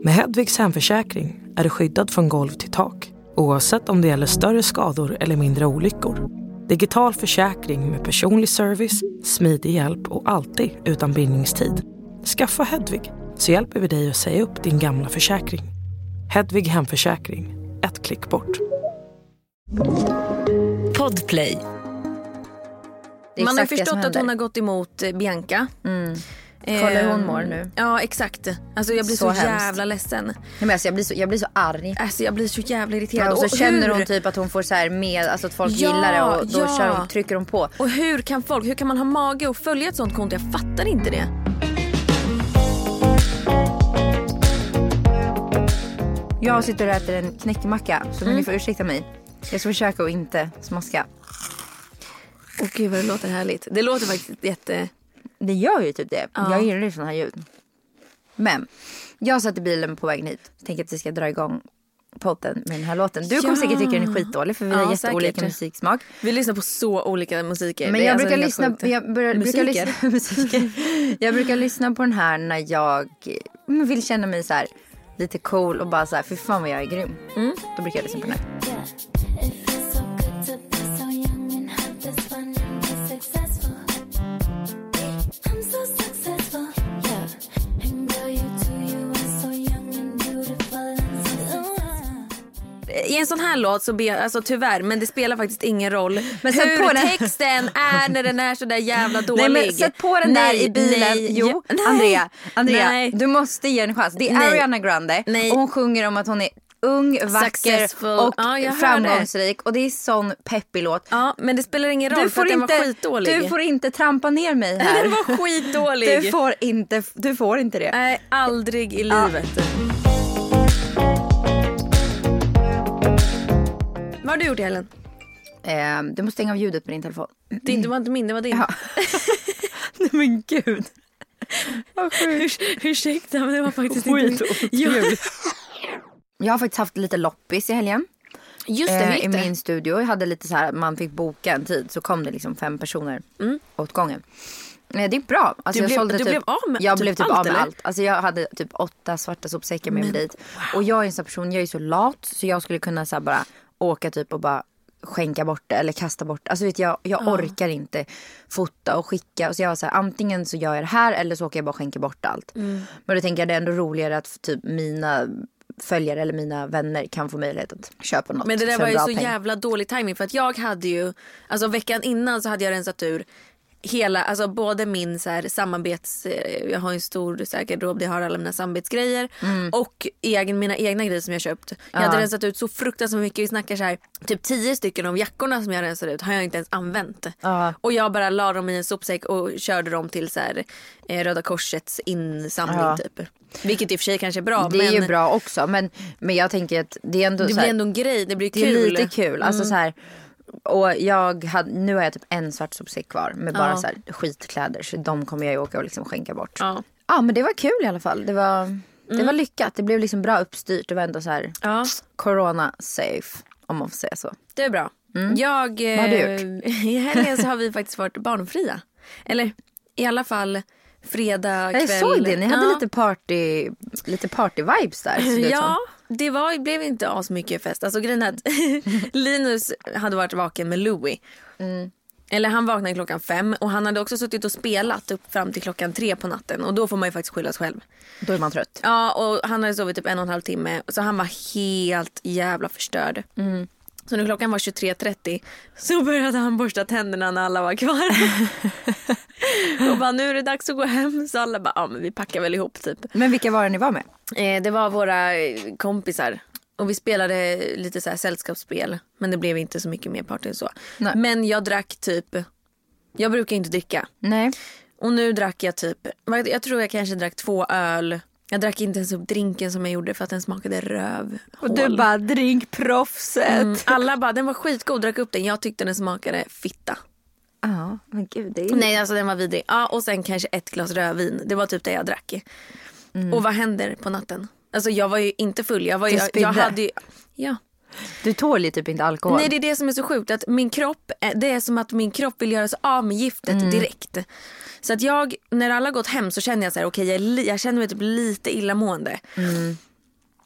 Med Hedvigs hemförsäkring är du skyddad från golv till tak, oavsett om det gäller större skador eller mindre olyckor. Digital försäkring med personlig service, smidig hjälp och alltid utan bindningstid. Skaffa Hedvig så hjälper vi dig att säga upp din gamla försäkring. Hedvig hemförsäkring, ett klick bort. Podplay. Man har förstått att hon har gått emot Bianca. Kolla hur hon mår nu. Ja, exakt. Alltså jag blir så jävla ledsen. Nej, men alltså, jag blir så arg. Alltså jag blir så jävla irriterad. Ja, och så känner hon typ att hon får så här med, alltså att folk gillar det och då trycker de på. Och hur kan man ha mage och följa ett sånt konto? Jag fattar inte det. Jag sitter och äter en knäckemacka, så ni får ursäkta mig. Jag ska försöka att inte smaska. Åh gud vad det låter härligt. Det låter faktiskt jätte... Det gör ju typ det. Ja. Jag gillar ju sån här ljud. Men jag satt i bilen på vägen hit. Tänker att vi ska dra igång podden med den här låten. Du kommer säkert tycka den är skitdålig, för vi har jätteolika musiksmak. Vi lyssnar på så olika musiker. Men jag brukar lyssna jag brukar lyssna på den här när jag vill känna mig så här lite cool och bara så här, för fan vad jag är grym. Då brukar jag lyssna på den här. I en sån här låt så alltså tyvärr, men det spelar faktiskt ingen roll men hur på texten är när den är så där jävla dålig. Nej, men sätt på den där i bilen. Jo, Andrea, du måste ge en chans. Det är Ariana Grande och hon sjunger om att hon är ung, vacker och framgångsrik. Och det är sån peppig låt. Ja, men det spelar ingen roll för att den var skitdålig. Du får inte trampa ner mig här. Den var skitdålig. Du får inte det. Nej, aldrig i livet. Vad har du gjort i helgen? Du måste stänga av ljudet på din telefon. Det var inte min, det var din. Ja. Nej men gud. Vad sjukt. Ursäkta, men det var faktiskt inte min. Jag har faktiskt haft lite loppis i helgen. Just det, i min studio. Jag hade lite så här, man fick boka en tid. Så kom det liksom 5 personer åt gången. Det är bra. Alltså jag blev typ av med allt. Alltså jag hade typ 8 svarta sopsäckar med mig dit. Wow. Och jag är en sån person, jag är så lat. Så jag skulle kunna så här bara åka typ och bara skänka bort det eller kasta bort. Alltså vet jag orkar inte fota och skicka. Och så jag var så här, antingen så gör jag det här eller så åker jag bara skänka bort allt. Men då tänker jag det är ändå roligare att typ mina följare eller mina vänner kan få möjlighet att köpa något. Men det där var ju så jävla dålig timing, för att jag hade ju, alltså veckan innan så hade jag rensat ur hela, alltså både min så här samarbets, jag har en stor så här garderob, det har alla mina samarbetsgrejer och mina egna grejer som jag köpt. Jag hade rensat ut så fruktansvärt mycket. Vi snackar så här, typ 10 stycken av jackorna som jag rensade ut har jag inte ens använt. Och jag bara la dem i en sopsäck och körde dem till så här, Röda Korsets insamling typ. Vilket i och för sig kanske är bra. Det är ju bra också, men jag tänker att det är ändå det så här, blir ändå en grej, det blir kul. Det är lite kul, alltså så här. Och nu har jag typ en svart sopsäck kvar med bara så här skitkläder, så de kommer jag ju åka och liksom skänka bort. Ja, men det var kul i alla fall. Det var lyckat. Det blev liksom bra uppstyrt. Det var ändå så här corona safe, om man får säga så. Det är bra. Vad har du gjort? I helgen så har vi faktiskt varit barnfria. Eller i alla fall fredag kväll. Jag såg det. Ni hade lite party-vibes där. Ja, det blev inte as mycket fest. Alltså grejen är att Linus hade varit vaken med Louis. Eller han vaknade klockan 5 och han hade också suttit och spelat upp fram till klockan 3 på natten. Och då får man ju faktiskt skylla sig själv. Då är man trött. Ja, och han hade sovit typ 1,5 timme. Så han var helt jävla förstörd. Så när klockan var 23:30 så började han borsta tänderna när alla var kvar. Och bara, nu är det dags att gå hem. Så alla bara, men vi packar väl ihop typ. Men vilka var det ni var med? Det var våra kompisar. Och vi spelade lite så här sällskapsspel. Men det blev inte så mycket mer party än så. Nej. Men jag drack typ, jag brukar inte dricka. Nej. Och nu drack jag typ, jag tror jag kanske drack 2 öl. Jag drack inte ens upp drinken som jag gjorde för att den smakade röv. Och du bara, drinkproffset. Alla bara, den var skitgod, drack upp den. Jag tyckte den smakade fitta. Ja, men gud, det är... Nej, alltså den var vidrig. Ja, och sen kanske 1 glas rödvin. Det var typ det jag drack. Och vad händer på natten? Alltså jag var ju inte full. Jag hade ju... Ja. Du tål ju typ inte alkohol. Nej, det är det som är så sjukt. Att min kropp, det är som att min kropp vill göra sig av med giftet direkt. Så att när alla gått hem så känner jag så här, okej, jag känner mig typ lite illamående.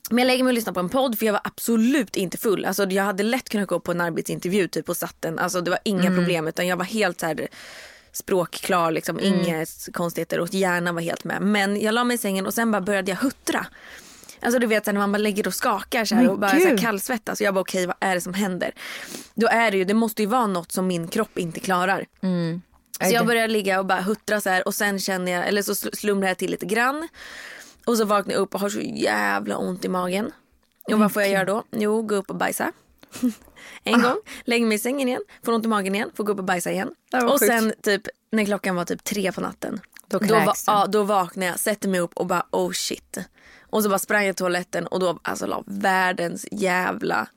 Men jag lägger mig och lyssnar på en podd för jag var absolut inte full. Alltså jag hade lätt kunnat gå på en arbetsintervju typ på Satten. Alltså det var inga problem, utan jag var helt så här språkklar liksom, inga konstigheter och hjärnan var helt med. Men jag la mig i sängen och sen bara började jag huttra. Alltså du vet när man bara lägger och skakar så här och bara så här kallsvettas. Så jag bara okej, vad är det som händer? Då är det ju, det måste ju vara något som min kropp inte klarar. Så jag började ligga och bara huttra så här och sen känner jag, eller så slumrar jag till lite grann. Och så vaknar jag upp och har så jävla ont i magen. Och vad får jag göra då? Jo, gå upp och bajsa. En gång, lägger mig i sängen igen, får ont i magen igen, får gå upp och bajsa igen. Och sen typ, när klockan var typ 3 på natten, då vaknar jag, sätter mig upp och bara oh shit. Och så bara sprang jag till toaletten och då alltså la världens jävla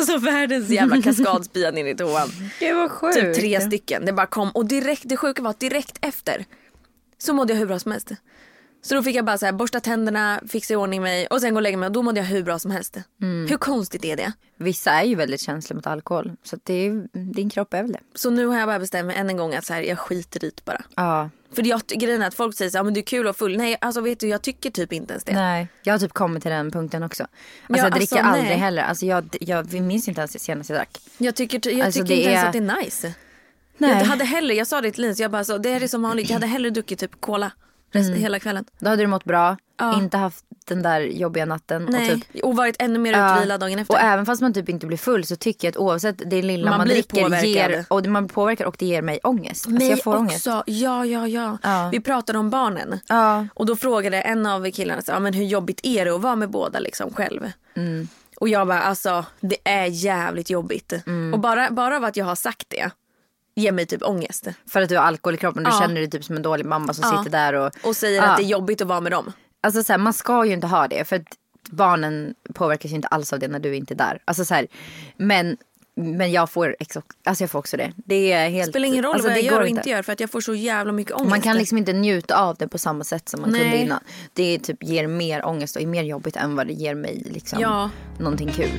kaskadspya ner i toan. Det var sjukt. Typ 3 stycken. Det bara kom och direkt, det sjuka var att direkt efter så mådde jag hur bra som helst. Så då fick jag bara så här, borsta tänderna, fixa i ordning mig och sen gå och lägga mig och då mådde jag hur bra som helst. Hur konstigt är det? Vissa är ju väldigt känsliga mot alkohol, så att din kropp är väl det. Så nu har jag bara bestämt mig än en gång att så här, jag skiter dit bara. Ja. För grejen är att folk säger så här, men du är kul och full. Nej, alltså vet du, jag tycker typ inte ens det. Nej, jag har typ kommit till den punkten också. Alltså jag dricker aldrig heller. Alltså jag minns inte ens senast jag drack. Jag tycker inte ens att det är nice. Nej. Jag sa det till Lins, jag bara så, det är det som vanligt. Jag hade hellre druckit typ cola hela kvällen. Då hade du mått bra, inte haft den där jobbiga natten. Nej, och varit ännu mer utvilad dagen efter. Och även fast man typ inte blir full så tycker jag att oavsett det lilla man dricker man påverkar och det ger mig ångest. Mig alltså jag får också. Ångest. Ja. Vi pratade om barnen. Och då frågade en av killarna så, men hur jobbigt är det att vara med båda liksom själv? Och jag bara, alltså det är jävligt jobbigt. Och bara av att jag har sagt det ger mig typ ångest. För att du har alkohol i kroppen. Du känner dig typ som en dålig mamma som sitter där och säger att det är jobbigt att vara med dem. Alltså så här, man ska ju inte ha det. För att barnen påverkas ju inte alls av det när du inte är där. Alltså så här, men jag får också det. Det är helt, spelar ingen roll vad jag gör och inte gör. För att jag får så jävla mycket ångest. Man kan liksom inte njuta av det på samma sätt som man kunde innan. Det typ ger mer ångest och är mer jobbigt än vad det ger mig liksom någonting kul.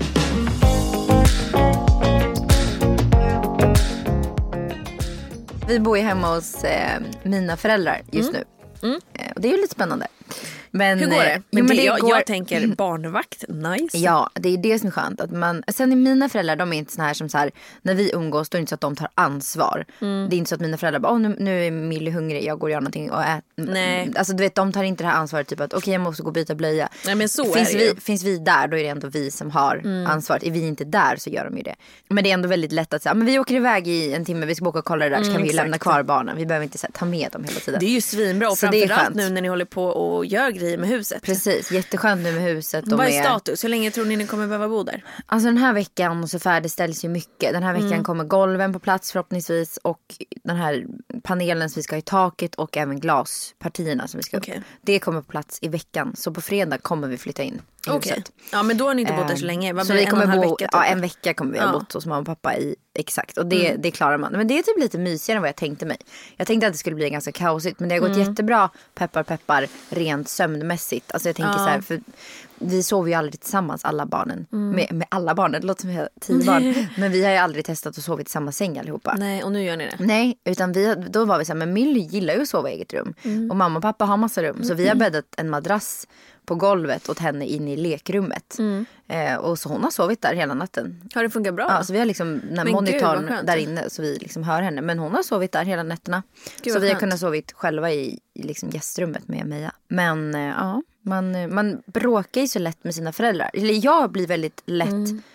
Vi bor ju hemma hos mina föräldrar just nu. Och det är ju lite spännande. Men, hur går det? Jag tänker barnvakt, nice. Ja, det är det som är skönt. Att sen är mina föräldrar, de är inte såna här som så här, när vi umgås, då är det inte så att de tar ansvar. Det är inte så att mina föräldrar bara, nu är Millie hungrig, jag går och gör någonting och Nej. Alltså du vet, de tar inte det här ansvaret typ att okej, jag måste gå och byta blöja. Nej, men så är det ju. Finns vi där, då är det ändå vi som har ansvaret. Är vi inte där så gör de ju det. Men det är ändå väldigt lätt att säga, men vi åker iväg i en timme, vi ska åka och kolla det där, så kan vi lämna kvar barnen. Vi behöver inte så här, ta med dem hela tiden. Det är ju svinbra, och framförallt nu när ni håller på och gör grejer med huset. Precis, jätteskönt nu med huset. Vad är status? Hur länge tror ni kommer behöva bo där? Alltså den här veckan så färdigställs ju mycket. Den här veckan kommer golven på plats förhoppningsvis. Och den här panelen som vi ska ha i taket. Och även glaspartierna som vi ska upp. Det kommer på plats i veckan. Så på fredag kommer vi flytta in i huset. Ja, men då har ni inte bott där så länge. Vad så blir vi kommer vecka, typ? Ja, en vecka kommer vi ha bott hos mamma och pappa i. Exakt, och det klarar man. Men det är typ lite mysigare än vad jag tänkte mig. Jag tänkte att det skulle bli ganska kaosigt. Men det har gått jättebra, peppar, rent sömnmässigt. Alltså jag tänker så här, för vi sover ju aldrig tillsammans, alla barnen. Med alla barnen, det låter som vi har 10 barn. Men vi har ju aldrig testat att sova i samma säng allihopa. Nej, och nu gör ni det. Nej, utan då var vi så här, men Millie gillar ju att sova i eget rum. Och mamma och pappa har massa rum. Så vi har bäddat en madrass på golvet åt henne in i lekrummet. Och så hon har sovit där hela natten. Har det funkat bra? Ja, så vi har liksom monitorn där inne så vi liksom hör henne. Men hon har sovit där hela nätterna. Så vi har kunnat sovit själva i liksom gästrummet med Meja. Men ja, man bråkar ju så lätt med sina föräldrar. Eller jag blir väldigt lätt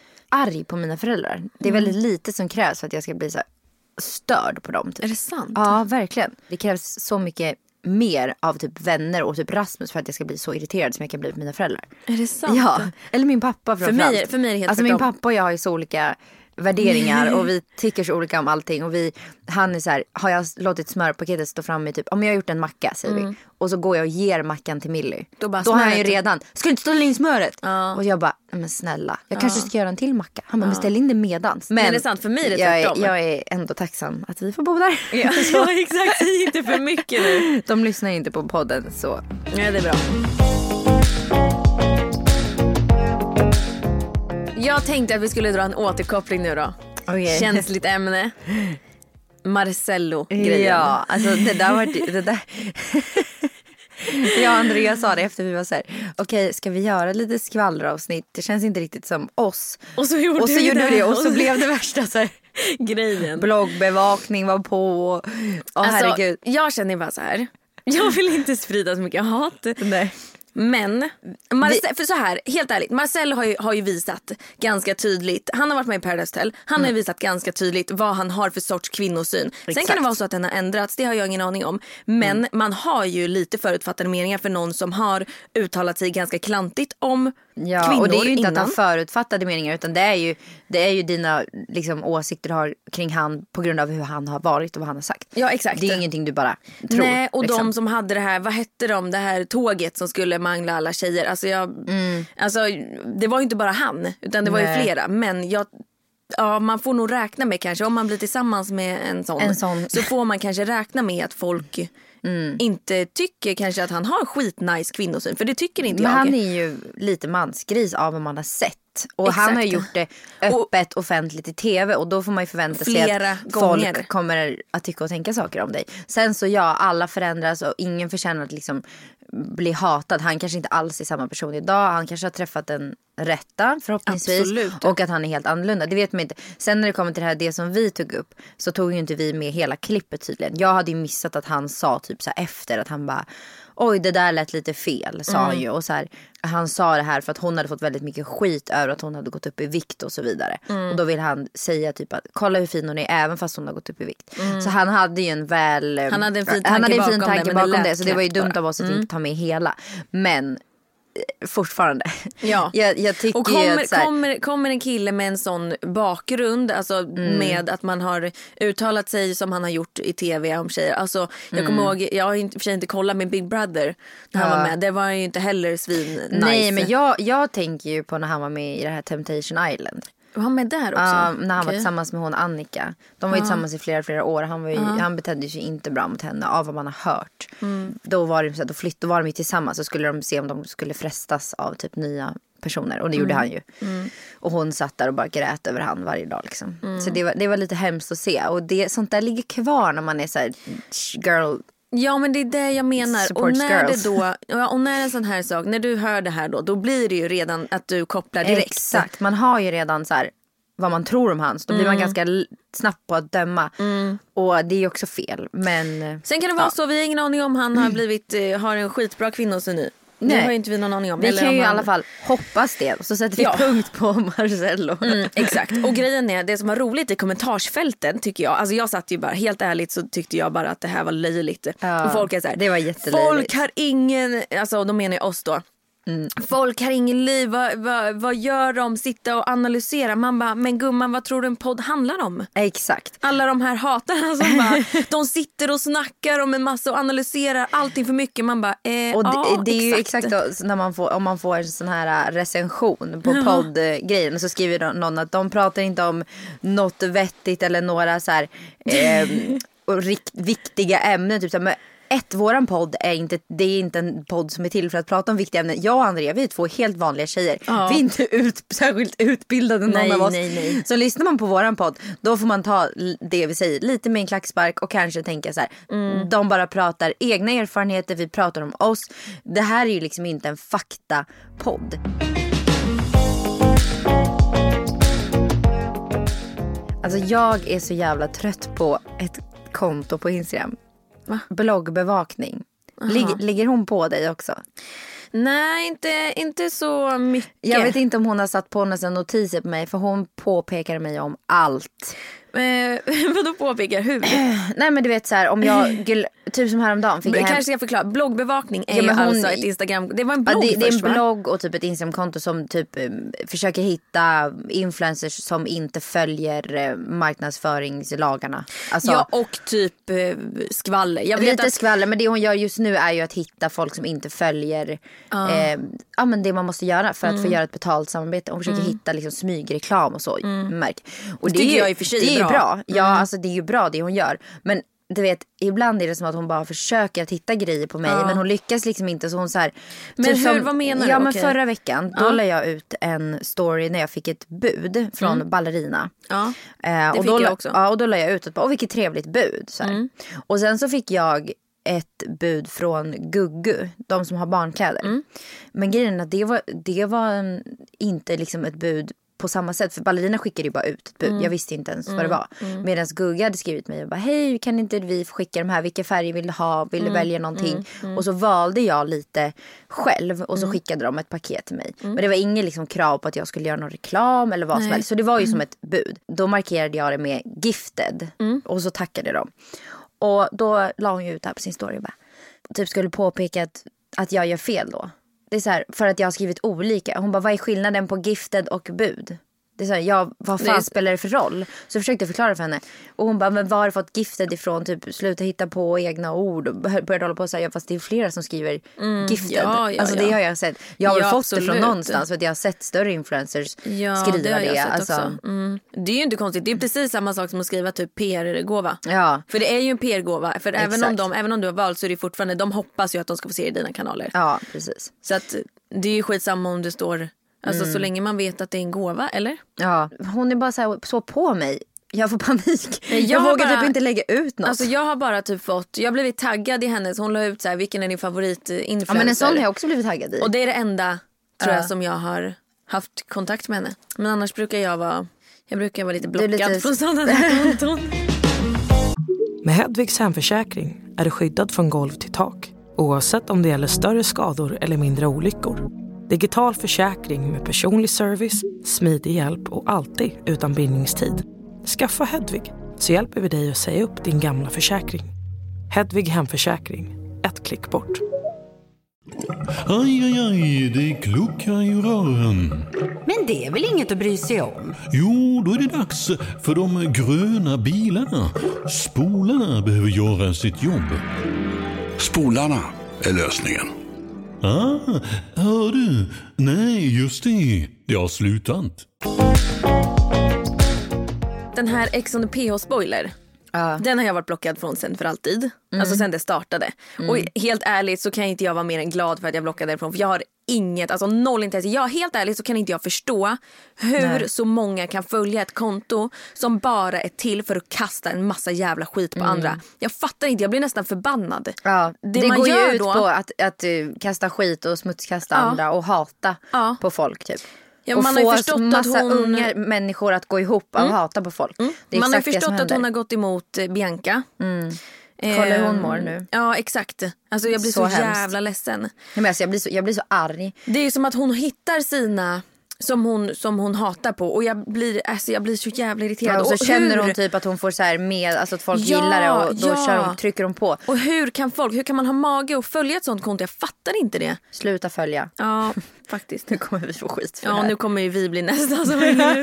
arg på mina föräldrar. Det är väldigt lite som krävs för att jag ska bli så här störd på dem. Typ. Är det sant? Ja, verkligen. Det krävs så mycket mer av typ vänner och typ Rasmus för att jag ska bli så irriterad som jag kan bli på mina föräldrar. Är det sant? Ja, eller min pappa för mig är det helt alltså min pappa och jag har ju så olika värderingar och vi tycker så olika om allting och han är så här, har jag låtit smörpaketet stå framme typ, om jag har gjort en macka säger vi, och så går jag och ger mackan till Millie, då har han ju redan, ska du inte ställa in smöret? Och jag bara, men snälla, jag kanske ska göra en till macka. Han bara, men ställ in det medans. Men det är sant, för mig är det tvärtom. Jag är ändå tacksam att vi får bo där. Ja, exakt, säg inte för mycket nu. De lyssnar inte på podden så. Ja, det är bra. Jag tänkte att vi skulle dra en återkoppling nu då. Okay. Känsligt ämne. Marcello-grejen. Ja, alltså det där. Jag och Andrea sa det efter vi var så här: okej, ska vi göra lite skvallravsnitt? Det känns inte riktigt som oss. Och så gjorde vi det. Och så blev det värsta så här. Grejen. Bloggbevakning var på. Alltså, herregud. Jag känner bara så här. Jag vill inte sprida så mycket hat. Nej. Men för så här, helt ärligt, Marcel har ju visat ganska tydligt. Han har varit med i Paradise Hotel. Han har ju visat ganska tydligt vad han har för sorts kvinnosyn. Exakt. Sen kan det vara så att den har ändrats, det har jag ingen aning om. Men man har ju lite förutfattade meningar för någon som har uttalat sig ganska klantigt om kvinnor. Och det är ju inte innan. att han förutfattade meningar, utan det är ju dina liksom, åsikter du har kring han på grund av hur han har varit och vad han har sagt. Ja, exakt. Det är ingenting du bara tror. Nej, och liksom. de som hade det här, vad hette de, det här tåget som skulle mangla alla tjejer. Alltså det var ju inte bara han, utan det var ju flera. Men man får nog räkna med kanske, om man blir tillsammans med en sån. Så får man kanske räkna med att folk inte tycker kanske att han har skitnice kvinnosyn. För det tycker inte jag. Men han är ju lite mansgris av vad man har sett. Och exakt. Han har gjort det öppet, offentligt i tv. Och då får man ju förvänta sig att folk kommer att tycka och tänka saker om dig. Sen så alla förändras och ingen förtjänar att liksom bli hatad. Han kanske inte alls är samma person idag. Han kanske har träffat den rätta förhoppningsvis. Absolut. Och att han är helt annorlunda. Det vet man inte. Sen när det kommer till det som vi tog upp, så tog ju inte vi med hela klippet tydligen. Jag hade ju missat att han sa typ så här efter att han bara: oj, det där lät lite fel, sa han ju. Och så här, han sa det här för att hon hade fått väldigt mycket skit över att hon hade gått upp i vikt och så vidare. Och då vill han säga typ att kolla hur fin hon är även fast hon har gått upp i vikt. Så han hade ju en han hade en fin tanke bakom det. Så det var ju dumt av oss att inte ta med hela. Men fortfarande. Ja. jag tycker och kommer en kille med en sån bakgrund, alltså med att man har uttalat sig som han har gjort i tv om tjejer. Alltså jag kommer ihåg, jag har i och för sig inte kollat med Big Brother när han var med. Det var ju inte heller svin nice. Nej, men jag tänker ju på när han var med i det här Temptation Island. Var han med där också? När han var tillsammans med hon Annika. De var ju tillsammans i flera år. Han betedde sig inte bra mot henne av vad man har hört. Då var de ju tillsammans och skulle de se om de skulle frestas av typ nya personer. Och det gjorde han ju. Och hon satt där och bara grät över han varje dag liksom. Så det var lite hemskt att se. Och sånt där ligger kvar när man är så här girl. Ja, men det är det jag menar. Och när en sån här sak, när du hör det här då blir det ju redan att du kopplar direkt. Exakt, man har ju redan så här vad man tror om hans. Då blir man ganska snabb på att döma. Och det är ju också fel. Men sen kan det vara så, vi har ingen aning om han har en skitbra kvinnosyn nu. Det har ju inte vi någon aning om. Vi kan ju i alla fall hoppas det. Så sätter vi punkt på Marcello. Exakt. Och grejen är, det som var roligt i kommentarsfälten tycker jag. Alltså jag satt ju bara, helt ärligt så tyckte jag bara att det här var löjligt. Och folk är så här, det var jättelöjligt. Folk har ingen, alltså de menar ju oss då. Folk har ingen liv, vad gör de? Sitta och analysera. Man bara, men gumman, vad tror du en podd handlar om? Exakt. Alla de här hatarna som bara, de sitter och snackar om en massa och analyserar allting för mycket. Man bara, och det är ju exakt då, när om man får en sån här recension på poddgrejen, så skriver någon att de pratar inte om något vettigt eller några så här viktiga ämnen typ så här, våran podd är inte en podd som är till för att prata om viktiga ämnen. Jag och Andrea, vi är två helt vanliga tjejer. Vi är inte särskilt utbildade någon av oss. Nej. Så lyssnar man på våran podd, då får man ta det vi säger lite med en klackspark och kanske tänka så här, de bara pratar egna erfarenheter, vi pratar om oss. Det här är ju liksom inte en faktapodd. Alltså jag är så jävla trött på ett konto på Instagram. Va? Bloggbevakning. Ligger hon på dig också? Nej, inte så mycket. Jag vet inte om hon har satt på nästan notiser på mig, för hon påpekar mig om allt. Vadå påpekar? Hur? Nej, men du vet så här, om jag typ som häromdagen fick kanske ska jag förklara. Bloggbevakning är ju alltså ett Instagram. Det var en blogg det är en blogg och typ ett Instagramkonto som typ försöker hitta influencers som inte följer marknadsföringslagarna. Alltså, ja, och typ skvaller. Jag vet lite skvaller, men det hon gör just nu är ju att hitta folk som inte följer men det man måste göra för att få göra ett betalt samarbete. Hon försöker hitta liksom smygreklam och så. Och det tycker jag i och för sig är bra. Ja, alltså det är ju bra det hon gör. Men du vet, ibland är det som att hon bara försöker att hitta grejer på mig, men hon lyckas liksom inte, så hon så här. Men typ vad menar du? Ja, men förra veckan då la jag ut en story när jag fick ett bud från Ballerina. Ja. Det fick jag också. Ja, och då la jag ut ett vilket trevligt bud så här. Och sen så fick jag ett bud från Guggu, de som har barnkläder. Men grejen är att det var inte liksom ett bud på samma sätt. För ballerina skickade ju bara ut ett bud. Jag visste inte ens vad det var. Medan Gugga hade skrivit mig och bara, hej, kan inte vi få skicka de här? Vilka färger vill du ha? Vill du välja någonting? Och så valde jag lite själv. Och så skickade de ett paket till mig. Men det var ingen liksom krav på att jag skulle göra någon reklam eller vad som helst. Så det var ju som ett bud. Då markerade jag det med gifted. Och så tackade de. Och då la hon ju ut det här på sin story och bara, typ skulle påpeka att jag gör fel då. Det är så här, för att jag har skrivit olika. Hon bara, vad är skillnaden på gifted och bud? Det är så här, vad fan spelar det för roll? Så jag försökte förklara för henne. Och hon bara, men var har du fått gifted ifrån? Typ, sluta hitta på egna ord. Och började hålla på och säga, fast det är flera som skriver gifted. Alltså det har jag sett. Jag har fått det från någonstans. För att jag har sett större influencers skriva det. Alltså. Det är ju inte konstigt. Det är precis samma sak som att skriva typ PR-gåva. Ja. För det är ju en PR-gåva. För även om du har valt så är det fortfarande, de hoppas ju att de ska få se i dina kanaler. Ja, precis. Så att det är ju skitsamma om det står... Alltså så länge man vet att det är en gåva, eller? Ja, hon är bara så på mig. Jag får panik. Jag vågar typ inte lägga ut något. Alltså jag har bara typ jag har blivit taggad i hennes. Hon la ut så här, vilken är din favoritinfluencer? Ja, men en sån har jag också blivit taggad i. Och det är det enda, tror jag, som jag har haft kontakt med henne. Men annars brukar jag vara lite blockad från sådana där konton. Med Hedvigs hemförsäkring är du skyddad från golv till tak. Oavsett om det gäller större skador eller mindre olyckor. Digital försäkring med personlig service, smidig hjälp och alltid utan bindningstid. Skaffa Hedvig så hjälper vi dig att säga upp din gamla försäkring. Hedvig hemförsäkring, ett klick bort. Aj, det kluckar i rören. Men det är väl inget att bry sig om? Jo, då är det dags för de gröna bilarna. Spolarna behöver göra sitt jobb. Spolarna är lösningen. Hör du? Nej, just det. Det har slutat. Den här Ex on the PH-spoiler, den har jag varit blockad från sen för alltid. Alltså sen det startade. Och helt ärligt så kan inte jag vara mer än glad för att jag blockade därifrån. För jag har noll intresse. Helt ärligt så kan inte jag förstå hur så många kan följa ett konto som bara är till för att kasta en massa jävla skit på andra. Jag fattar inte, jag blir nästan förbannad. Ja, det man går ju ut på att kasta skit och smutskasta andra och hata på folk typ. Ja, och man få har ju förstått massa att unga människor att gå ihop och hata på folk. Man har förstått att hon har gått emot Bianca. Kolla hur hon mår nu. Ja, exakt. Alltså jag blir så jävla ledsen. Ja, men alltså, jag blir så arg. Det är som att hon hittar sina som hon hatar på. Och jag blir så jävla irriterad. Ja, och så känner hon typ att hon får så här med, alltså att folk gillar det. Och då trycker de på. Och hur kan man ha mage och följa ett sånt konto? Jag fattar inte det. Sluta följa. Ja, faktiskt. Nu kommer vi få skit för det här. Nu kommer ju vi bli nästa som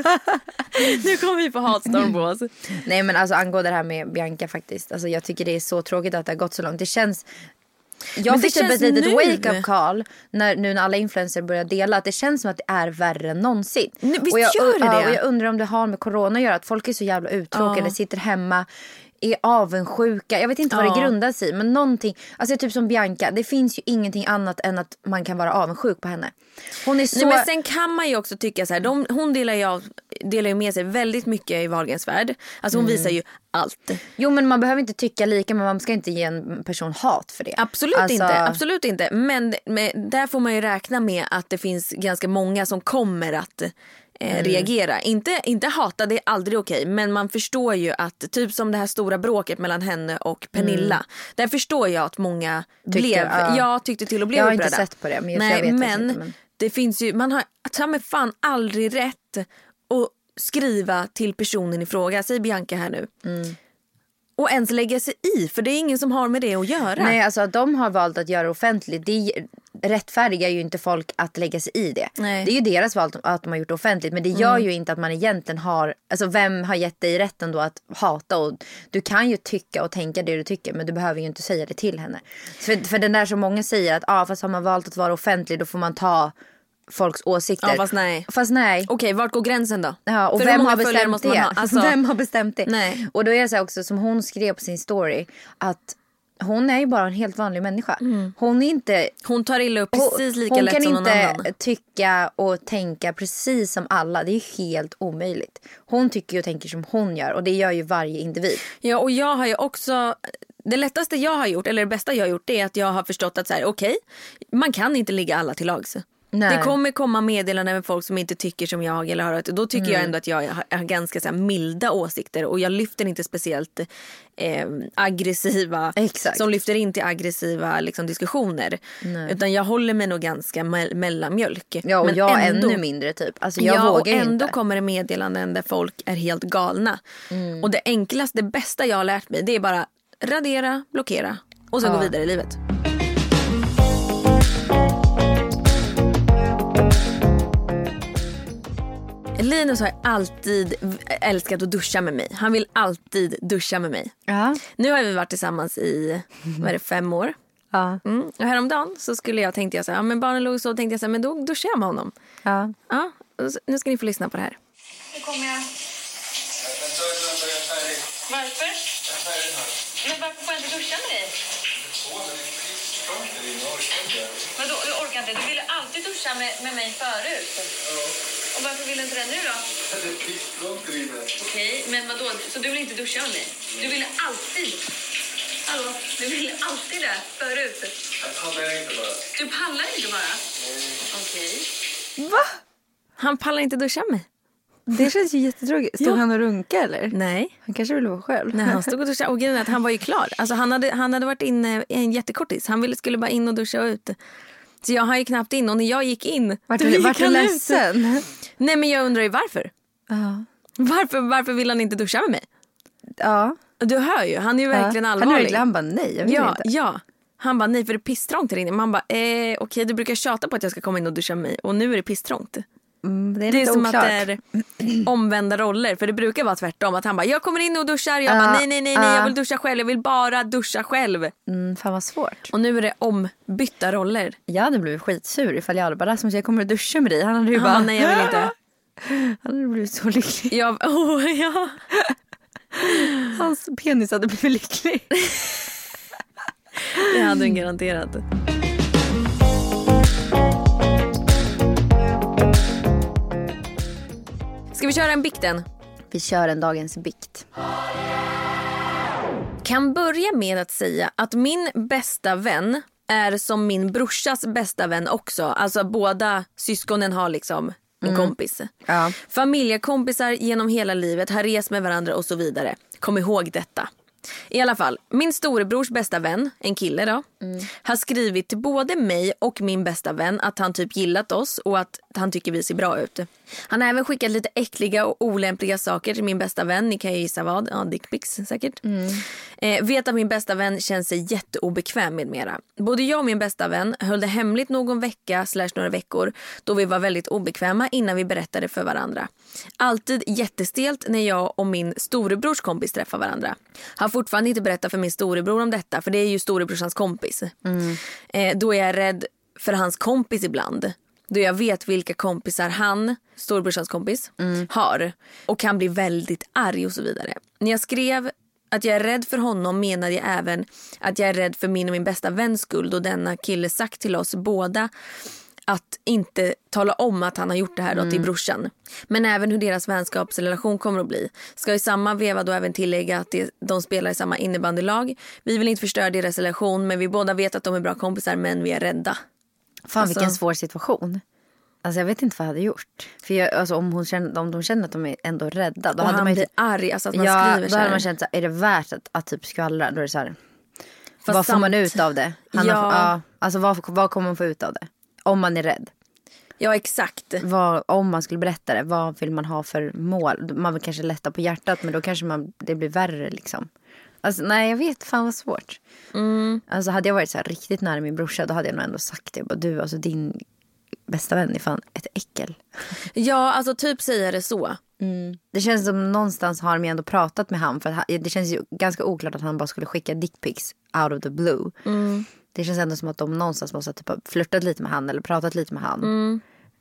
nu kommer vi få hatstorm på oss. Nej, men alltså angående det här med Bianca faktiskt. Alltså jag tycker det är så tråkigt att det har gått så långt. Det känns... Jag fick typ ett litet wake-up call när alla influencers börjar dela. Att det känns som att det är värre än någonsin. Visst gör det? Och jag undrar om det har med corona att göra. Att folk är så jävla uttråkade, sitter hemma, är avundsjuka. Jag vet inte vad det grundar sig i. Men någonting, alltså typ som Bianca. Det finns ju ingenting annat än att man kan vara avundsjuk på henne. Hon är så... Nej, men sen kan man ju också tycka så här. Hon delar ju med sig väldigt mycket i Wahlgrens värld. Alltså hon visar ju allt. Jo, men man behöver inte tycka lika. Men man ska inte ge en person hat för det. Absolut inte. Men där får man ju räkna med att det finns ganska många som kommer att reagera. Inte hata, det är aldrig okej. Men man förstår ju att typ som det här stora bråket mellan henne och Pernilla. Där förstår jag att många tyckte till och blev upprörda. Jag har inte sett på det. Men det finns ju, man har ta med fan aldrig rätt att skriva till personen i fråga. Säg Bianca här nu. Och ens lägga sig i, för det är ingen som har med det att göra. Nej, alltså de har valt att göra offentligt. Det rättfärdigar ju inte folk att lägga sig i det. Nej. Det är ju deras val att de har gjort det offentligt. Men det gör ju inte att man egentligen har... Alltså vem har gett dig rätten då att hata? Och du kan ju tycka och tänka det du tycker, men du behöver ju inte säga det till henne. För den där som många säger att fast har man valt att vara offentlig, då får man ta folks åsikter. Ja, fast nej. Okej, vart går gränsen då? Ja, och vem har bestämt det? Alltså... Vem har bestämt det? Nej. Och då är det så också som hon skrev på sin story att hon är ju bara en helt vanlig människa. Hon tar illa upp precis lika lätt som någon annan. Hon kan inte tycka och tänka precis som alla. Det är helt omöjligt. Hon tycker och tänker som hon gör. Och det gör ju varje individ. Ja, och jag har ju också det lättaste jag har gjort, eller det bästa jag har gjort, det är att jag har förstått att så här, okej, man kan inte ligga alla till lags. Nej. Det kommer komma meddelanden med folk som inte tycker som jag eller har, då tycker jag ändå att jag har ganska så här milda åsikter och jag lyfter inte speciellt aggressiva. Exakt. Som lyfter in till aggressiva liksom, diskussioner. Nej. Utan jag håller mig nog ganska mellanmjölk. Ja, och men jag ändå, ännu mindre typ. Alltså jag vågar och ändå inte. Kommer det meddelanden där folk är helt galna. Och det enklaste, det bästa jag har lärt mig, det är bara radera, blockera och sen gå vidare i livet. Linus har alltid älskat att duscha med mig. Han vill alltid duscha med mig. Nu har vi varit tillsammans i 5 år. Och häromdagen så tänkte jag så här, men barnen låg så, tänkte jag så här, men då duschar jag med honom. Nu ska ni få lyssna på det här. Nu kommer jag. Varför? Men varför får jag inte duscha med dig? Vadå, jag orkar inte. Du ville alltid duscha med mig förut. Och varför vill du inte det nu då? Det är pisslångt i det. Okej, men vadå? Så du vill inte duscha med mig? Du ville alltid. Hallå, du ville alltid det förut. Jag pallar inte bara. Du pallar inte bara? Okej. Va? Han pallar inte duscha med mig. Det känns ju jättetråkigt. Stod han och runka eller? Nej. Han kanske ville vara själv. Nej, han stod och duschade. Och grejen är att han var ju klar. Alltså han hade varit inne i en jättekortis. Han skulle bara in och duscha och ut. Så jag har ju knappt in. Och när jag gick in... Vart du ledsen? Nej, men jag undrar ju varför. Varför vill han inte duscha med mig? Ja. Du hör ju, han är ju verkligen allvarlig. Han bara nej, jag vill inte. Ja, han bara nej för det är pisstrångt här inne. Man bara okej, du brukar tjata på att jag ska komma in och duscha med mig. Och nu är det pisstrångt. Det är som oklart. Att det är omvända roller. För det brukar vara tvärtom. Att han bara, jag kommer in och duschar. Jag bara, nej, jag vill duscha själv. Jag vill bara duscha själv. Fan vad svårt. Och nu är det ombytta roller. Jag hade blivit skitsur ifall jag bara, Rasmus, jag kommer att duscha med dig. Han hade ju bara, nej jag vill inte. Han hade blivit så lycklig. Ja. Hans penis hade blivit lycklig. Det hade den garanterat. Ska vi köra en bikten? Vi kör en dagens bikt. Kan börja med att säga att min bästa vän är som min brorsas bästa vän också. Alltså båda syskonen har liksom en kompis. Ja. Familjekompisar genom hela livet, har rest med varandra och så vidare. Kom ihåg detta. I alla fall, min storebrors bästa vän, en kille då, har skrivit till både mig och min bästa vän att han typ gillat oss och att han tycker vi ser bra ut. Han har även skickat lite äckliga och olämpliga saker till min bästa vän. Ni kan ju gissa vad. Ja, dickpics säkert. Vet att min bästa vän känner sig jätteobekväm med mera. Både jag och min bästa vän höll det hemligt någon vecka / några veckor då vi var väldigt obekväma innan vi berättade för varandra. Alltid jättestelt när jag och min storebrors kompis träffar varandra. Har fortfarande inte berättat för min storebror om detta, för det är ju storebrorsans kompis. Då är jag rädd för hans kompis ibland. Då jag vet vilka kompisar han, storebrorsans kompis, har. Och kan bli väldigt arg och så vidare. När jag skrev att jag är rädd för honom menade jag även att jag är rädd för min och min bästa väns skull. Då denna kille sagt till oss båda att inte tala om att han har gjort det här då till brorsan. Men även hur deras vänskapsrelation kommer att bli. Ska i samma veva då även tillägga att de spelar i samma innebandylag. Vi vill inte förstöra deras relation, men vi båda vet att de är bra kompisar, men vi är rädda. Fan, vilken svår situation. Alltså jag vet inte vad jag hade gjort. För om de känner att de är ändå rädda, då och hade han man blir arg, alltså att man skriver så här. Då hade man känt så här, är det värt att typ skvallra? Då är det så här, vad får man ut av det? Alltså vad kommer man få ut av det? Om man är rädd. Ja, exakt. Om man skulle berätta det, vad vill man ha för mål? Man vill kanske lätta på hjärtat, men då kanske det blir värre liksom. Alltså, nej, jag vet, fan vad svårt. Alltså hade jag varit så här riktigt nära min brorsa, då hade jag nog ändå sagt det. Bara, du, alltså din bästa vän är fan ett äckel. Ja, alltså typ säger det så. Det känns som någonstans har de ändå pratat med han. För det känns ju ganska oklart att han bara skulle skicka dickpics out of the blue. Det känns ändå som att de någonstans måste ha typ flirtat lite med han eller pratat lite med han.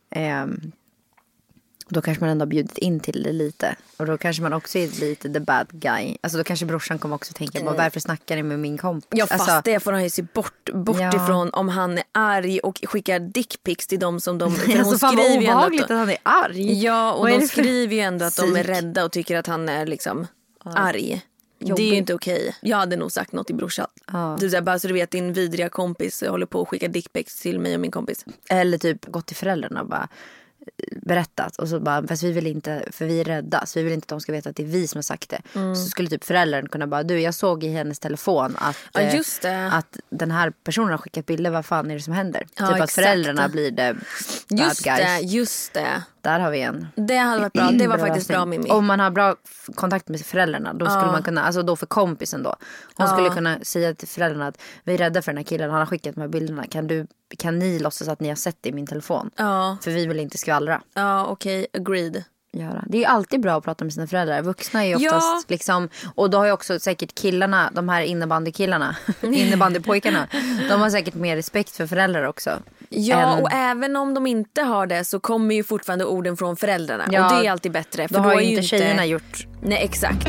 Då kanske man ändå har bjudit in till det lite. Och då kanske man också är lite the bad guy. Alltså då kanske brorsan kommer också tänka varför snackar ni med min kompis? Ja, fast alltså, det får han ju se bort ifrån om han är arg och skickar dickpics till dem som de... För alltså fan vad obehagligt att han är arg. Ja, och de skriver ju ändå att de är rädda och tycker att han är liksom arg. Det är ju inte okej. Jag hade nog sagt något till brorsan. Du säger bara så du vet, din vidriga kompis håller på att skicka dickpics till mig och min kompis. Eller typ gått till föräldrarna och bara berättat och så bara, fast vi vill inte, för vi är rädda, så vi vill inte att de ska veta att det är vi som har sagt det. Så skulle typ föräldern kunna bara, du, jag såg i hennes telefon att, att den här personen har skickat bilder, vad fan är det som händer? Typ att föräldrarna blir det bad guys. Just det. Där har vi en. Det hade varit bra, det var faktiskt bra, Mimmi. Om man har bra kontakt med föräldrarna, då skulle man kunna, alltså då för kompisen då. Hon skulle kunna säga till föräldrarna att vi är rädda för den här killen, han har skickat de här bilderna. Kan ni låtsas att ni har sett det i min telefon? För vi vill inte skvallra. Ja, okej, agreed. Det är ju alltid bra att prata med sina föräldrar. Vuxna är ju oftast liksom, och då har ju också säkert killarna, de här innebandykillarna, innebandypojkarna, de har säkert mer respekt för föräldrar också. Ja, och även om de inte har det så kommer ju fortfarande orden från föräldrarna. Ja, och det är alltid bättre. För då har ju inte tjejerna gjort. Nej, exakt.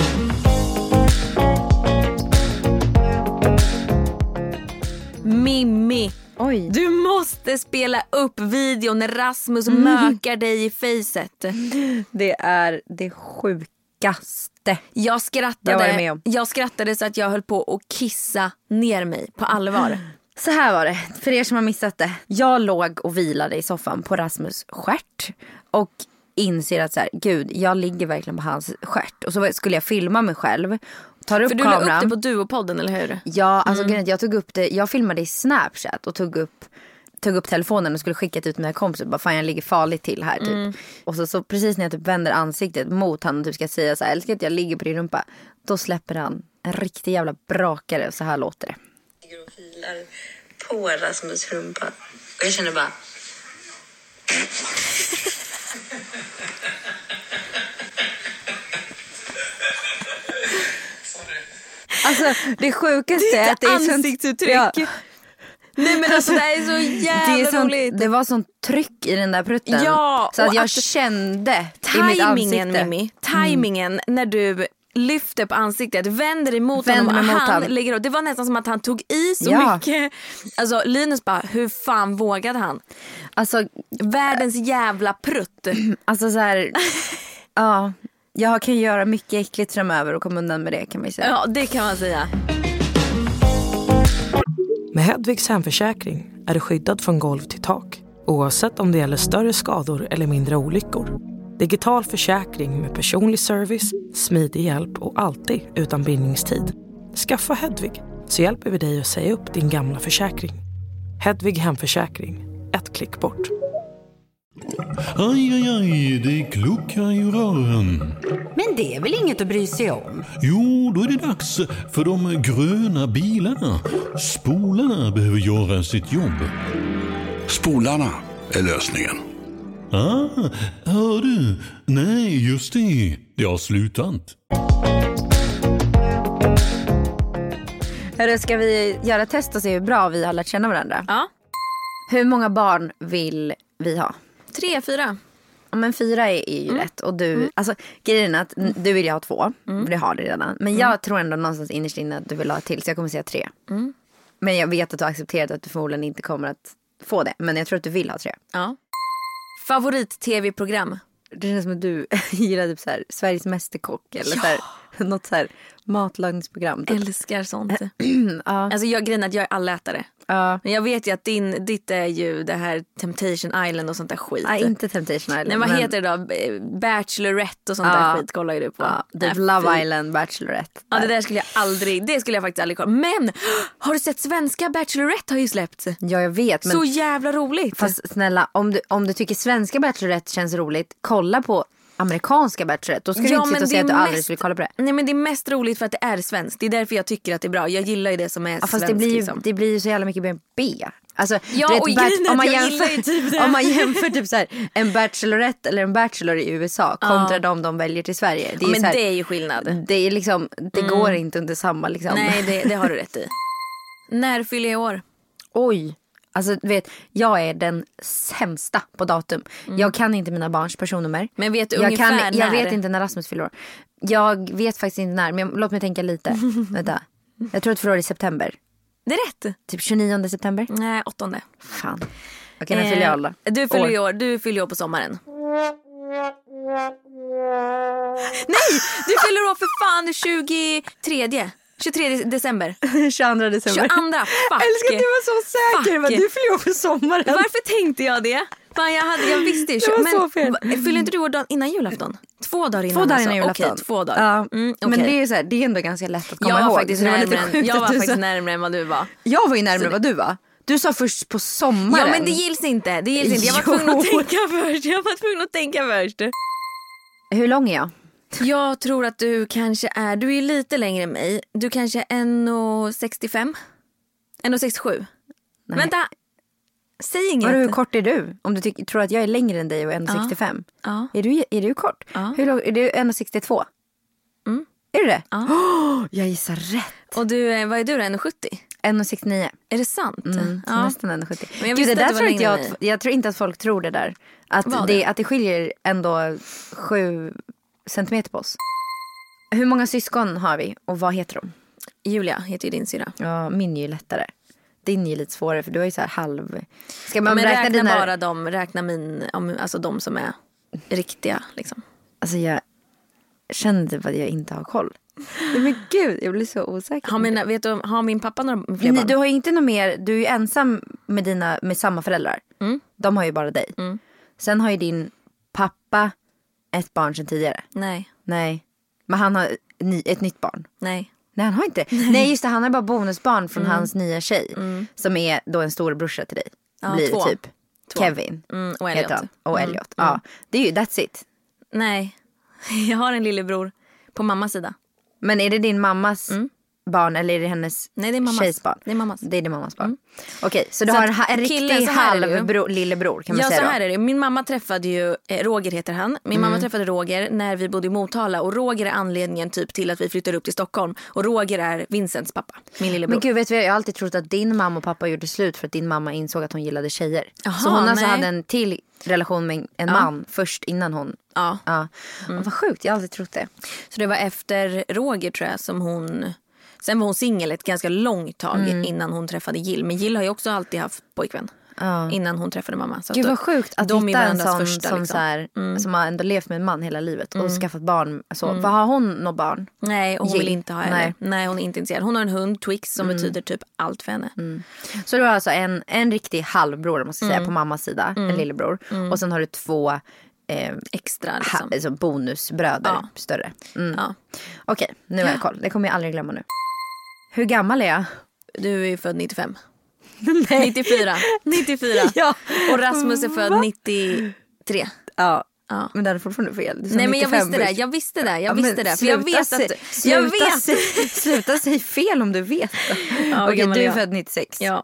Mimmi. Oj. Du måste spela upp videon när Rasmus mökar dig i facet. Det är det sjukaste. Jag skrattade så att jag höll på att kissa ner mig på allvar. Så här var det, för er som har missat det. Jag låg och vilade i soffan på Rasmus stjärt och inser att så här, gud, jag ligger verkligen på hans stjärt. Och så skulle jag filma mig själv. Tar upp för du kameran. la upp det på Duopodden, eller hur? Ja, alltså jag tog upp det. Jag filmade i Snapchat och tog upp telefonen och skulle skicka ut mina kompisar. Bara, fan, jag ligger farligt till här typ. Och så precis när jag typ vänder ansiktet mot han och typ ska säga så här, älskar att jag ligger på din rumpa. Då släpper han en riktig jävla brakare och så här låter det. Jag ligger och filar på Rasmus rumpa. Och jag känner bara... Alltså det sjukaste är att det är ansiktsuttryck. Ja. Nej men alltså det är så jävla roligt. Det var sånt tryck i den där prutten. Ja, så att jag kände i mitt ansikte. Mimmi, timingen när du lyfter på ansiktet, vänder emot honom och han lägger upp. Det var nästan som att han tog i så mycket. Alltså Linus bara, hur fan vågade han? Alltså världens jävla prutt. Alltså så här, ja. Jag kan göra mycket äckligt framöver och komma undan med det, kan man säga. Ja, det kan man säga. Med Hedvigs hemförsäkring är du skyddad från golv till tak, oavsett om det gäller större skador eller mindre olyckor. Digital försäkring med personlig service, smidig hjälp och alltid utan bindningstid. Skaffa Hedvig så hjälper vi dig att säga upp din gamla försäkring. Hedvig hemförsäkring, ett klick bort. Aj, aj, aj, det kluckar i rören. Men det är väl inget att bry sig om? Jo, då är det dags för de gröna bilarna. Spolarna behöver göra sitt jobb. Spolarna är lösningen. Hör du? Nej, just det. Det har slutat. Hörru, ska vi göra test och se hur bra vi har lärt känna varandra? Ja. Hur många barn vill vi ha? 3, 4. Ja, men 4 är ju rätt. Och du, alltså grejen är att du vill ju ha 2. För det har du redan. Men jag tror ändå någonstans innerst inne att du vill ha till. Så jag kommer säga 3. Men jag vet att du har accepterat att du förmodligen inte kommer att få det. Men jag tror att du vill ha 3. Ja. Favorit-tv-program? Det känns som att du gillar typ så här, Sveriges mästerkock. Eller så här, något så här matlagningsprogram. Typ. Älskar sånt. Alltså grejen är att jag är allätare. Men jag vet ju att ditt är ju det här Temptation Island och sånt där skit. Nej, inte Temptation Island. Nej, vad heter det då? Bachelorette och sånt där skit kollar ju du på. Typ Love Island, Bachelorette. Ja, det skulle jag faktiskt aldrig kolla. Men har du sett svenska Bachelorette har ju släppts? Ja, jag vet. Men så jävla roligt. Fast snälla, om du tycker svenska Bachelorette känns roligt, kolla på amerikanska Bachelorette. Då ska du inte sitta och säga att du aldrig skulle kolla på det. Nej, men det är mest roligt för att det är svenskt. Det är därför jag tycker att det är bra. Jag gillar ju det som är svenskt. Fast det blir ju så jävla mycket B. Alltså, ja, du vet, och om man jämför typ så här, en Bachelorette eller en Bachelor i USA kontra de väljer till Sverige. Det är men så här, det är ju skillnad. Det är liksom, det går inte under samma liksom. Nej, det har du rätt i. När fyller jag år? Oj. Alltså du vet, jag är den sämsta på datum. Jag kan inte mina barns personnummer. Men vet du ungefär när? Jag vet inte när Rasmus fyller år. Jag vet faktiskt inte när, men låt mig tänka lite. Vänta. Jag tror att fyller år i september. Det är rätt. Typ 29 september? Nej, 8. Fan. Okej, när fyller jag då? Du fyller år på sommaren. Nej, du fyller år för fan 23 december. 22 december. 22, fuck. Älskar att du var så säker. Du fyller år för sommaren. Varför tänkte jag det? Fan, jag visste ju. Det var så fel. Fyller inte du år dagen innan julafton? 2 dagar innan. 2 dagar innan julafton. Okej, 2 dagar. Ja. Men det är ju så här, det är ändå ganska lätt att komma ihåg. Jag var faktiskt närmare än vad du var. Jag var ju närmare än vad du var. Du sa först på sommaren. Ja, men det gills inte. Jag var tvungen att tänka först. Hur lång är jag? Jag tror att du kanske är... Du är lite längre än mig. Du kanske är 1,65. 1,67. Vänta. Säg inget. Hur kort är du? Om du tror att jag är längre än dig och 1,65. Ja. Är du kort? Ja. Hur lång, är du 1,62? Mm. Är det? Ja. Jag gissar rätt. Och du, vad är du då? 1,70? 1,69. Är det sant? Nästan 1,70. Men jag visste att det var längre än mig. Jag tror inte att folk tror det där. Att det skiljer ändå 7 centimeter på oss. Hur många syskon har vi och vad heter de? Julia heter ju din syra. Ja, min är ju lättare. Din är ju lite svårare för du är ju så här halv... Ska man räkna bara alltså de som är riktiga liksom. Alltså jag kände vad jag inte har koll. Men gud, jag blir så osäker. Har min pappa några fler barn? Du har ju inte något mer, du är ju ensam med samma föräldrar. De har ju bara dig. Sen har ju din pappa ett barn sedan tidigare. Nej. Men han har ett nytt barn. Nej, han har inte. Nej, just det, han har bara bonusbarn från hans nya tjej. Som är då en storebrorsa till dig. Blir 2. Typ Kevin. Och Elliot. Och Elliot. Ja, det är ju, that's it. Nej, jag har en lillebror på mammas sida. Men är det din mammas barn eller är det hennes tjejs barn? Det är mammas. Det är din mammas barn. Okej, så du har en riktig lillebror kan man säga så då. här är det. Min mamma träffade ju, Roger heter han. Min mamma träffade Roger när vi bodde i Motala. Och Roger är anledningen typ till att vi flyttade upp till Stockholm. Och Roger är Vincents pappa, min lillebror. Men gud, vet du, jag har alltid trott att din mamma och pappa gjorde slut för att din mamma insåg att hon gillade tjejer. Aha, så hon alltså hade en till relation med en man först innan hon. Ja. Vad sjukt, jag har aldrig trott det. Så det var efter Roger tror jag som hon... Sen var hon singel ett ganska långt tag innan hon träffade Jill. Men Jill har ju också alltid haft pojkvän innan hon träffade mamma. Så gud vad sjukt att de hitta en sån första, som, liksom. så här, som har ändå levt med en man hela livet och skaffat barn. Så. Vad har hon något barn? Nej, och hon vill inte ha henne. Nej, hon är inte intresserad. Hon har en hund, Twix, som betyder typ allt för henne. Så du har alltså en riktig halvbror måste jag säga, på mammas sida, en lillebror. Och sen har du 2... extra liksom. Alltså bonusbröder större. Okej, nu har jag koll. Det kommer jag aldrig glömma nu. Hur gammal är jag? Du är ju född 95. Nej. 94. Ja. Och Rasmus är född 93. Ja. Men det är fortfarande fel. Nej, men jag visste det. För jag vet att... Sluta säga fel om du vet. Okej, du är född 96. Ja.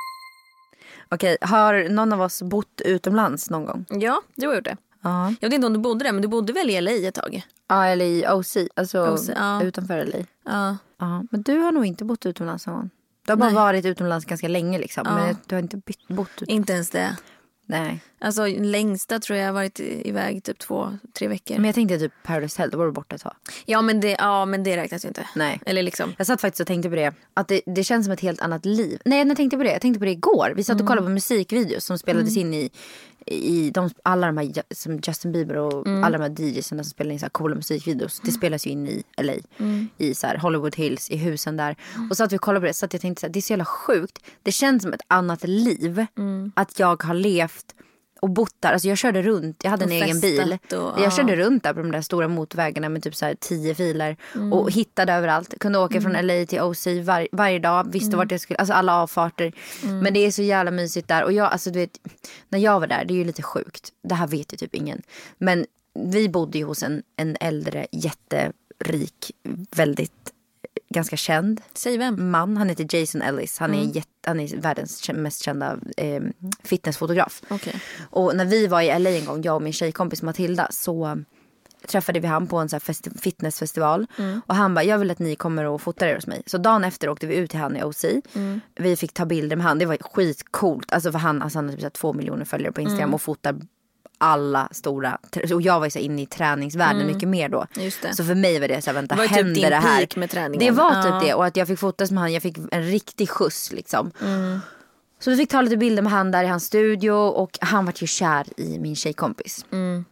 Okej, har någon av oss bott utomlands någon gång? Ja, du har gjort det. Jag vet inte om du bodde där, men du bodde väl i LA ett tag? Ja, eller i OC, alltså utanför LA. Ja, men du har nog inte bott utomlands någon gång. Du har bara varit utomlands ganska länge liksom, men du har inte bott utomlands. Inte ens det. Nej. Alltså längsta tror jag har varit iväg typ 2-3 veckor. Men jag tänkte typ Paradise Hotel, då var du borta ett tag. Ja, men det räknas ju inte. Nej. Eller liksom. Jag satt faktiskt och tänkte på det. Att det känns som ett helt annat liv. Nej, jag tänkte på det. Jag tänkte på det igår. Vi satt och kollade på musikvideos som spelades in i alla de här som Justin Bieber och alla de här DJs som spelar in så här coola musikvideos. Det spelas ju in i LA. I så här Hollywood Hills, i husen där. Och så att vi kollade på det, så att jag tänkte så här, det är så jävla sjukt. Det känns som ett annat liv. Att jag har levt och bott där. Alltså jag körde runt, jag hade en egen bil. Jag körde runt där på de där stora motorvägarna med typ så här 10 filer. Och hittade överallt. Kunde åka från LA till OC varje dag. Visste vart jag skulle, alltså alla avfarter. Men det är så jävla mysigt där. Och jag, alltså du vet, när jag var där, det är ju lite sjukt. Det här vet ju typ ingen. Men vi bodde ju hos en äldre, jätterik, väldigt ganska känd. Säg vem? Man, han heter Jason Ellis. Han är världens mest kända fitnessfotograf. Okay. Och när vi var i LA en gång, jag och min tjejkompis Matilda, så träffade vi han på en så här fitnessfestival. Och han bara, jag vill att ni kommer och fotar er hos mig. Så dagen efter åkte vi ut till han i OC. Vi fick ta bilder med han. Det var skitcoolt. Alltså för han har typ 2 miljoner följare på Instagram och fotar alla stora, och jag var ju så inne i träningsvärlden mycket mer då. Så för mig var det så här, vänta, händer typ det här? Med träningen. Det var typ det, och att jag fick fotas med han, jag fick en riktig skjuts liksom. Så vi fick ta lite bilder med han där i hans studio, och han var ju kär i min tjejkompis.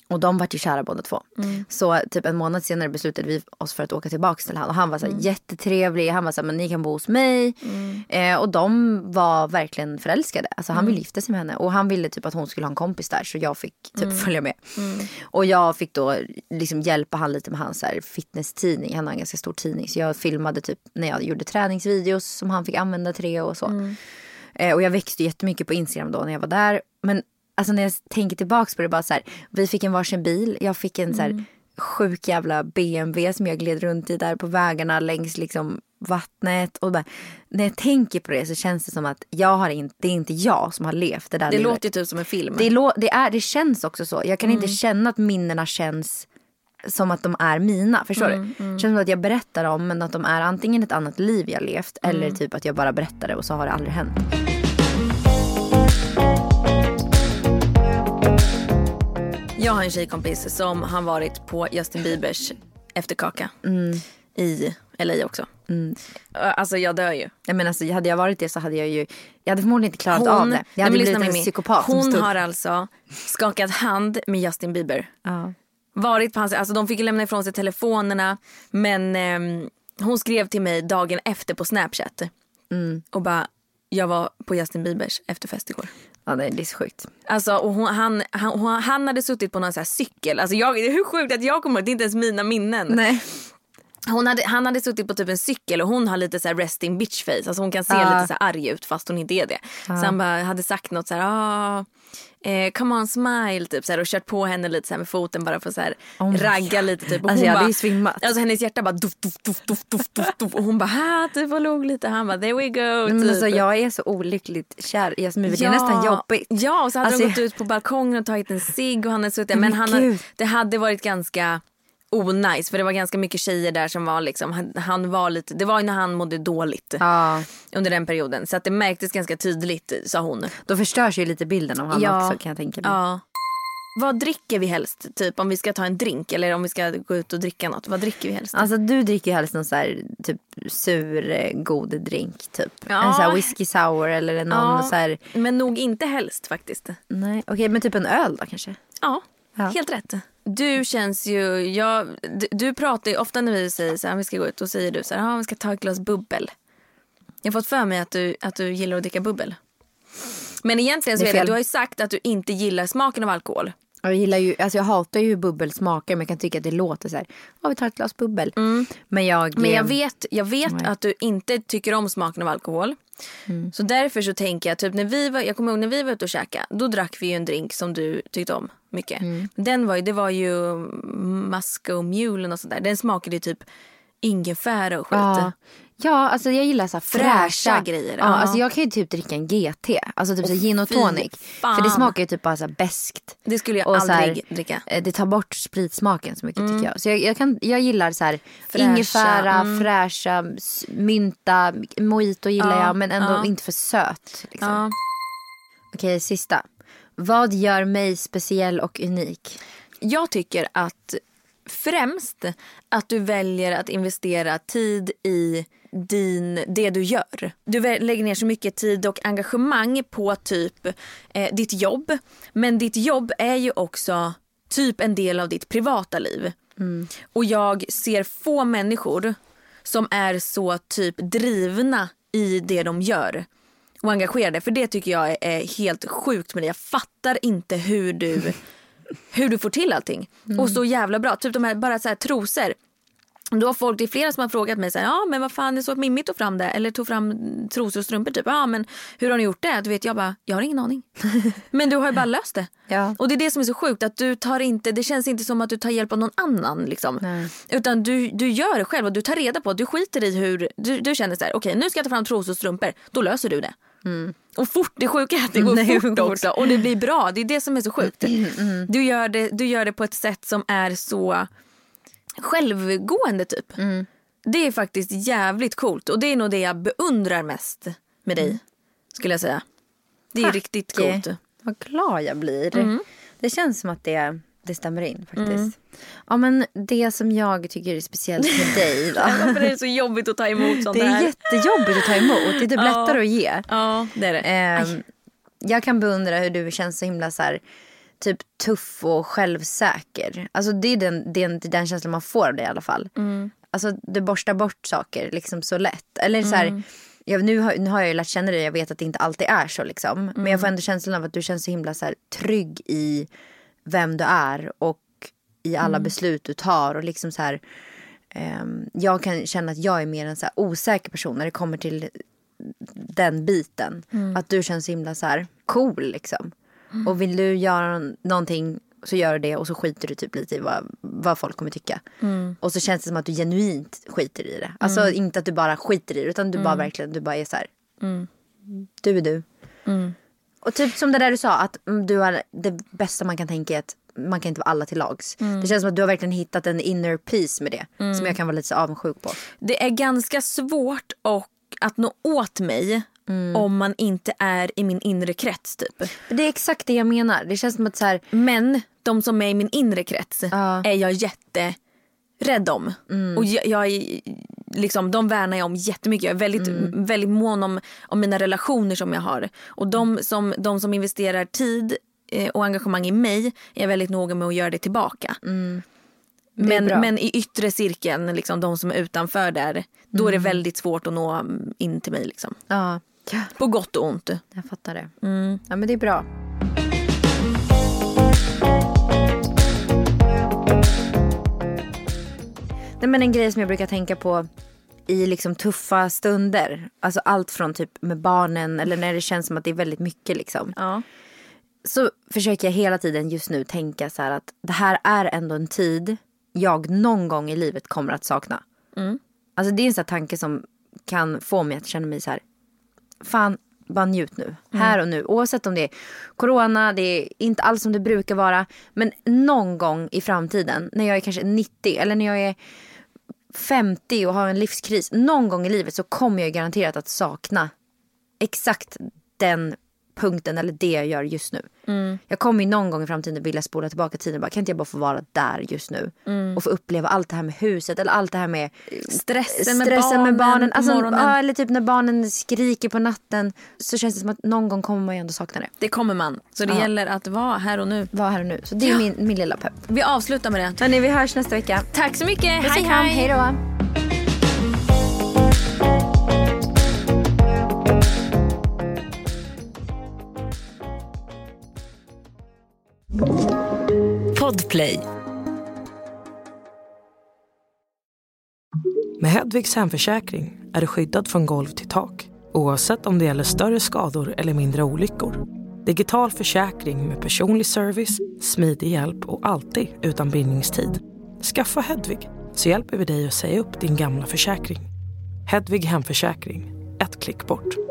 Och de var ju kära båda två. Så typ en månad senare beslutade vi oss för att åka tillbaka till han. Och han var så här jättetrevlig. Han var så här, men ni kan bo hos mig. Och de var verkligen förälskade. Alltså han ville gifta sig med henne. Och han ville typ att hon skulle ha en kompis där. Så jag fick typ följa med. Och jag fick då liksom hjälpa han lite med hans så här fitness-tidning. Han har en ganska stor tidning. Så jag filmade typ när jag gjorde träningsvideos som han fick använda till det och så. Och jag växte jättemycket på Instagram då när jag var där. Men alltså när jag tänker tillbaka på det bara så här, vi fick en varsin bil. Jag fick en så här sjuk jävla BMW som jag gled runt i där på vägarna längs liksom vattnet. Och bara, när jag tänker på det så känns det som att det är inte jag som har levt det där livet. Låter ju typ som en film. Det känns också så. Jag kan inte känna att minnena känns som att de är mina, förstår du? Det känns som att jag berättar om, men att de är antingen ett annat liv jag levt eller typ att jag bara berättar det och så har det aldrig hänt. Jag har en tjejkompis som har varit på Justin Biebers efterkaka i LA också. Alltså jag dör ju. Ja, men alltså, hade jag varit det så hade jag hade förmodligen inte klarat av det. Jag hade blivit en psykopat. Hon har alltså skakat hand med Justin Bieber. Varit på hans, alltså de fick lämna ifrån sig telefonerna. Men hon skrev till mig dagen efter på Snapchat. Och bara, jag var på Justin Biebers efterfest igår. Ja, det är så sjukt. Alltså, och han hade suttit på någon så här cykel. Alltså det är hur sjukt att jag kommer ihåg, det är inte ens mina minnen. Nej. Han hade suttit på typ en cykel och hon har lite så här resting bitch face. Alltså hon kan se lite så här arg ut fast hon inte är det. Så han bara hade sagt något så här, come on smile typ så här, och kört på henne lite så här med foten bara för att så här ragga lite typ. Och alltså hon jag hade ju svimmat. Alltså hennes hjärta bara duff, duff, duff, duff, duff, duff, duff. Och hon bara typ och låg lite. Han bara there we go typ. Men alltså jag är så olyckligt kär i Jasmin. Det är nästan jobbigt. Ja, och så hade de gått ut på balkongen och tagit en cigg och han hade suttit. Men det hade varit ganska nice, för det var ganska mycket tjejer där som var liksom, han var lite, det var ju när han mådde dåligt under den perioden, så att det märktes ganska tydligt, sa hon. Då förstörs ju lite bilden av han också, kan jag tänka mig. Vad dricker vi helst? Typ om vi ska ta en drink eller om vi ska gå ut och dricka något. Vad dricker vi helst? Alltså du dricker ju helst någon så här typ sur god drink typ. En så här whisky sour eller någon så här. Men nog inte helst faktiskt. Nej, okej, men typ en öl då kanske. Ja. Helt rätt. Du känns ju, du pratar ju ofta när vi säger så här, vi ska gå ut, och säger du så här, vi ska ta ett glas bubbel. Jag har fått för mig att du gillar att dricka bubbel. Men egentligen så är det, du har ju sagt att du inte gillar smaken av alkohol. Jag hatar ju bubbelsmaker, men jag kan tycka att det låter så här, vi tar ett glas bubbel. Men jag vet att du inte tycker om smaken av alkohol. Så därför så tänker jag typ jag kommer ihåg när vi var ute och käka, då drack vi ju en drink som du tyckte om mycket. Det var ju Moscow Mule och sådär. Den smakade ju typ ingefära och skit. Ja, alltså jag gillar så här fräscha grejer. Ja, alltså jag kan ju typ dricka en GT, alltså typ så gin och tonic. För det smakar ju typ bara så här beskt. Det skulle jag aldrig dricka. Det tar bort spritsmaken så mycket tycker jag. Så jag gillar så här ingefära, fräscha, mynta, mojito gillar jag, men ändå inte för söt liksom. Okej, sista. Vad gör mig speciell och unik? Jag tycker att främst att du väljer att investera tid i det du gör. Du lägger ner så mycket tid och engagemang på typ ditt jobb. Men ditt jobb är ju också typ en del av ditt privata liv. Och jag ser få människor som är så typ drivna i det de gör och engagerade. För det tycker jag är helt sjukt med det. Jag fattar inte hur du får till allting. Och så jävla bra. Typ de här bara så här trosor. Då har folk, det är flera som har frågat mig så här, men vad fan, det är så att Mimmi tog fram det. Eller tog fram trosor och strumpor typ. Men hur har ni gjort det? Du vet, jag har ingen aning. Men du har ju bara löst det. Ja. Och det är det som är så sjukt, att du tar inte, det känns inte som att du tar hjälp av någon annan liksom. Nej. Utan du gör det själv och du tar reda på, du skiter i hur, du känner så här, okej, nu ska jag ta fram trosor och strumpor. Då löser du det. Och fort, det sjuka är att det går fort också. Och det blir bra, det är det som är så sjukt. Du gör det på ett sätt som är så självgående typ. Det är faktiskt jävligt coolt. Och det är nog det jag beundrar mest med dig, skulle jag säga. Det är riktigt coolt. Vad glad jag blir. Det känns som att det stämmer in faktiskt. Ja, men det som jag tycker är speciellt med dig då. För det är så jobbigt att ta emot sånt här. Det är jättejobbigt att ta emot. Det är typ lättare att ge. Ja, det är det. Jag kan beundra hur du känns så himla så här. typ tuff och självsäker. Alltså det är den känslan man får av det i alla fall. Alltså du borstar bort saker liksom så lätt. Eller så här, nu har jag ju lärt känna dig. Jag vet att det inte alltid är så liksom. Men jag får ändå känslan av att du känns så himla så här, trygg i vem du är. Och i alla beslut du tar. Och liksom så här, jag kan känna att jag är mer en så här osäker person när det kommer till den biten. Att du känns så himla så här cool liksom. Och vill du göra någonting så gör du det och så skiter du typ lite i vad folk kommer tycka. Och så känns det som att du genuint skiter i det. Alltså inte att du bara skiter i det utan du bara verkligen, du bara är så här. Du är du. Och typ som det där du sa att du har det bästa man kan tänka är att man kan inte vara alla till lags. Det känns som att du har verkligen hittat en inner peace med det. Som jag kan vara lite så avundsjuk på. Det är ganska svårt att nå åt mig om man inte är i min inre krets typ. Det är exakt det jag menar. Det känns som att så här... Men de som är i min inre krets är jag jätterädd om. Och jag liksom, de värnar jag om jättemycket. Jag är väldigt, väldigt mån om mina relationer som jag har. Och de som investerar tid och engagemang i mig är väldigt noga med att göra det tillbaka. Men i yttre cirkeln, liksom, de som är utanför där, då är det väldigt svårt att nå in till mig. Liksom. Ja. På gott och ont. Jag fattar det. Ja, men det är bra. Nej, men en grej som jag brukar tänka på i liksom tuffa stunder. Alltså allt från typ med barnen eller när det känns som att det är väldigt mycket liksom. Ja. Så försöker jag hela tiden just nu tänka så här att det här är ändå en tid jag någon gång i livet kommer att sakna. Alltså det är en sån här tanke som kan få mig att känna mig så här, fan, bara njut nu, här och nu. Oavsett om det är corona, det är inte alls som det brukar vara. Men någon gång i framtiden, när jag är kanske 90 eller när jag är 50 och har en livskris, någon gång i livet så kommer jag garanterat att sakna exakt den punkten eller det jag gör just nu. Jag kommer ju någon gång i framtiden vilja spola tillbaka tiden och bara, kan inte jag bara få vara där just nu och få uppleva allt det här med huset eller allt det här med stressen med barnen alltså, eller typ när barnen skriker på natten, så känns det som att någon gång kommer man ju ändå sakna det. Det kommer man, så det gäller att vara här och nu. Vara här och nu, så det är min lilla pepp. Vi avslutar med det. Hörrni, vi hörs nästa vecka. Tack så mycket, hej då. Podplay. Med Hedvigs hemförsäkring är du skyddad från golv till tak, oavsett om det gäller större skador eller mindre olyckor. Digital försäkring med personlig service, smidig hjälp och alltid utan bindningstid. Skaffa Hedvig så hjälper vi dig att säga upp din gamla försäkring. Hedvig hemförsäkring, ett klick bort.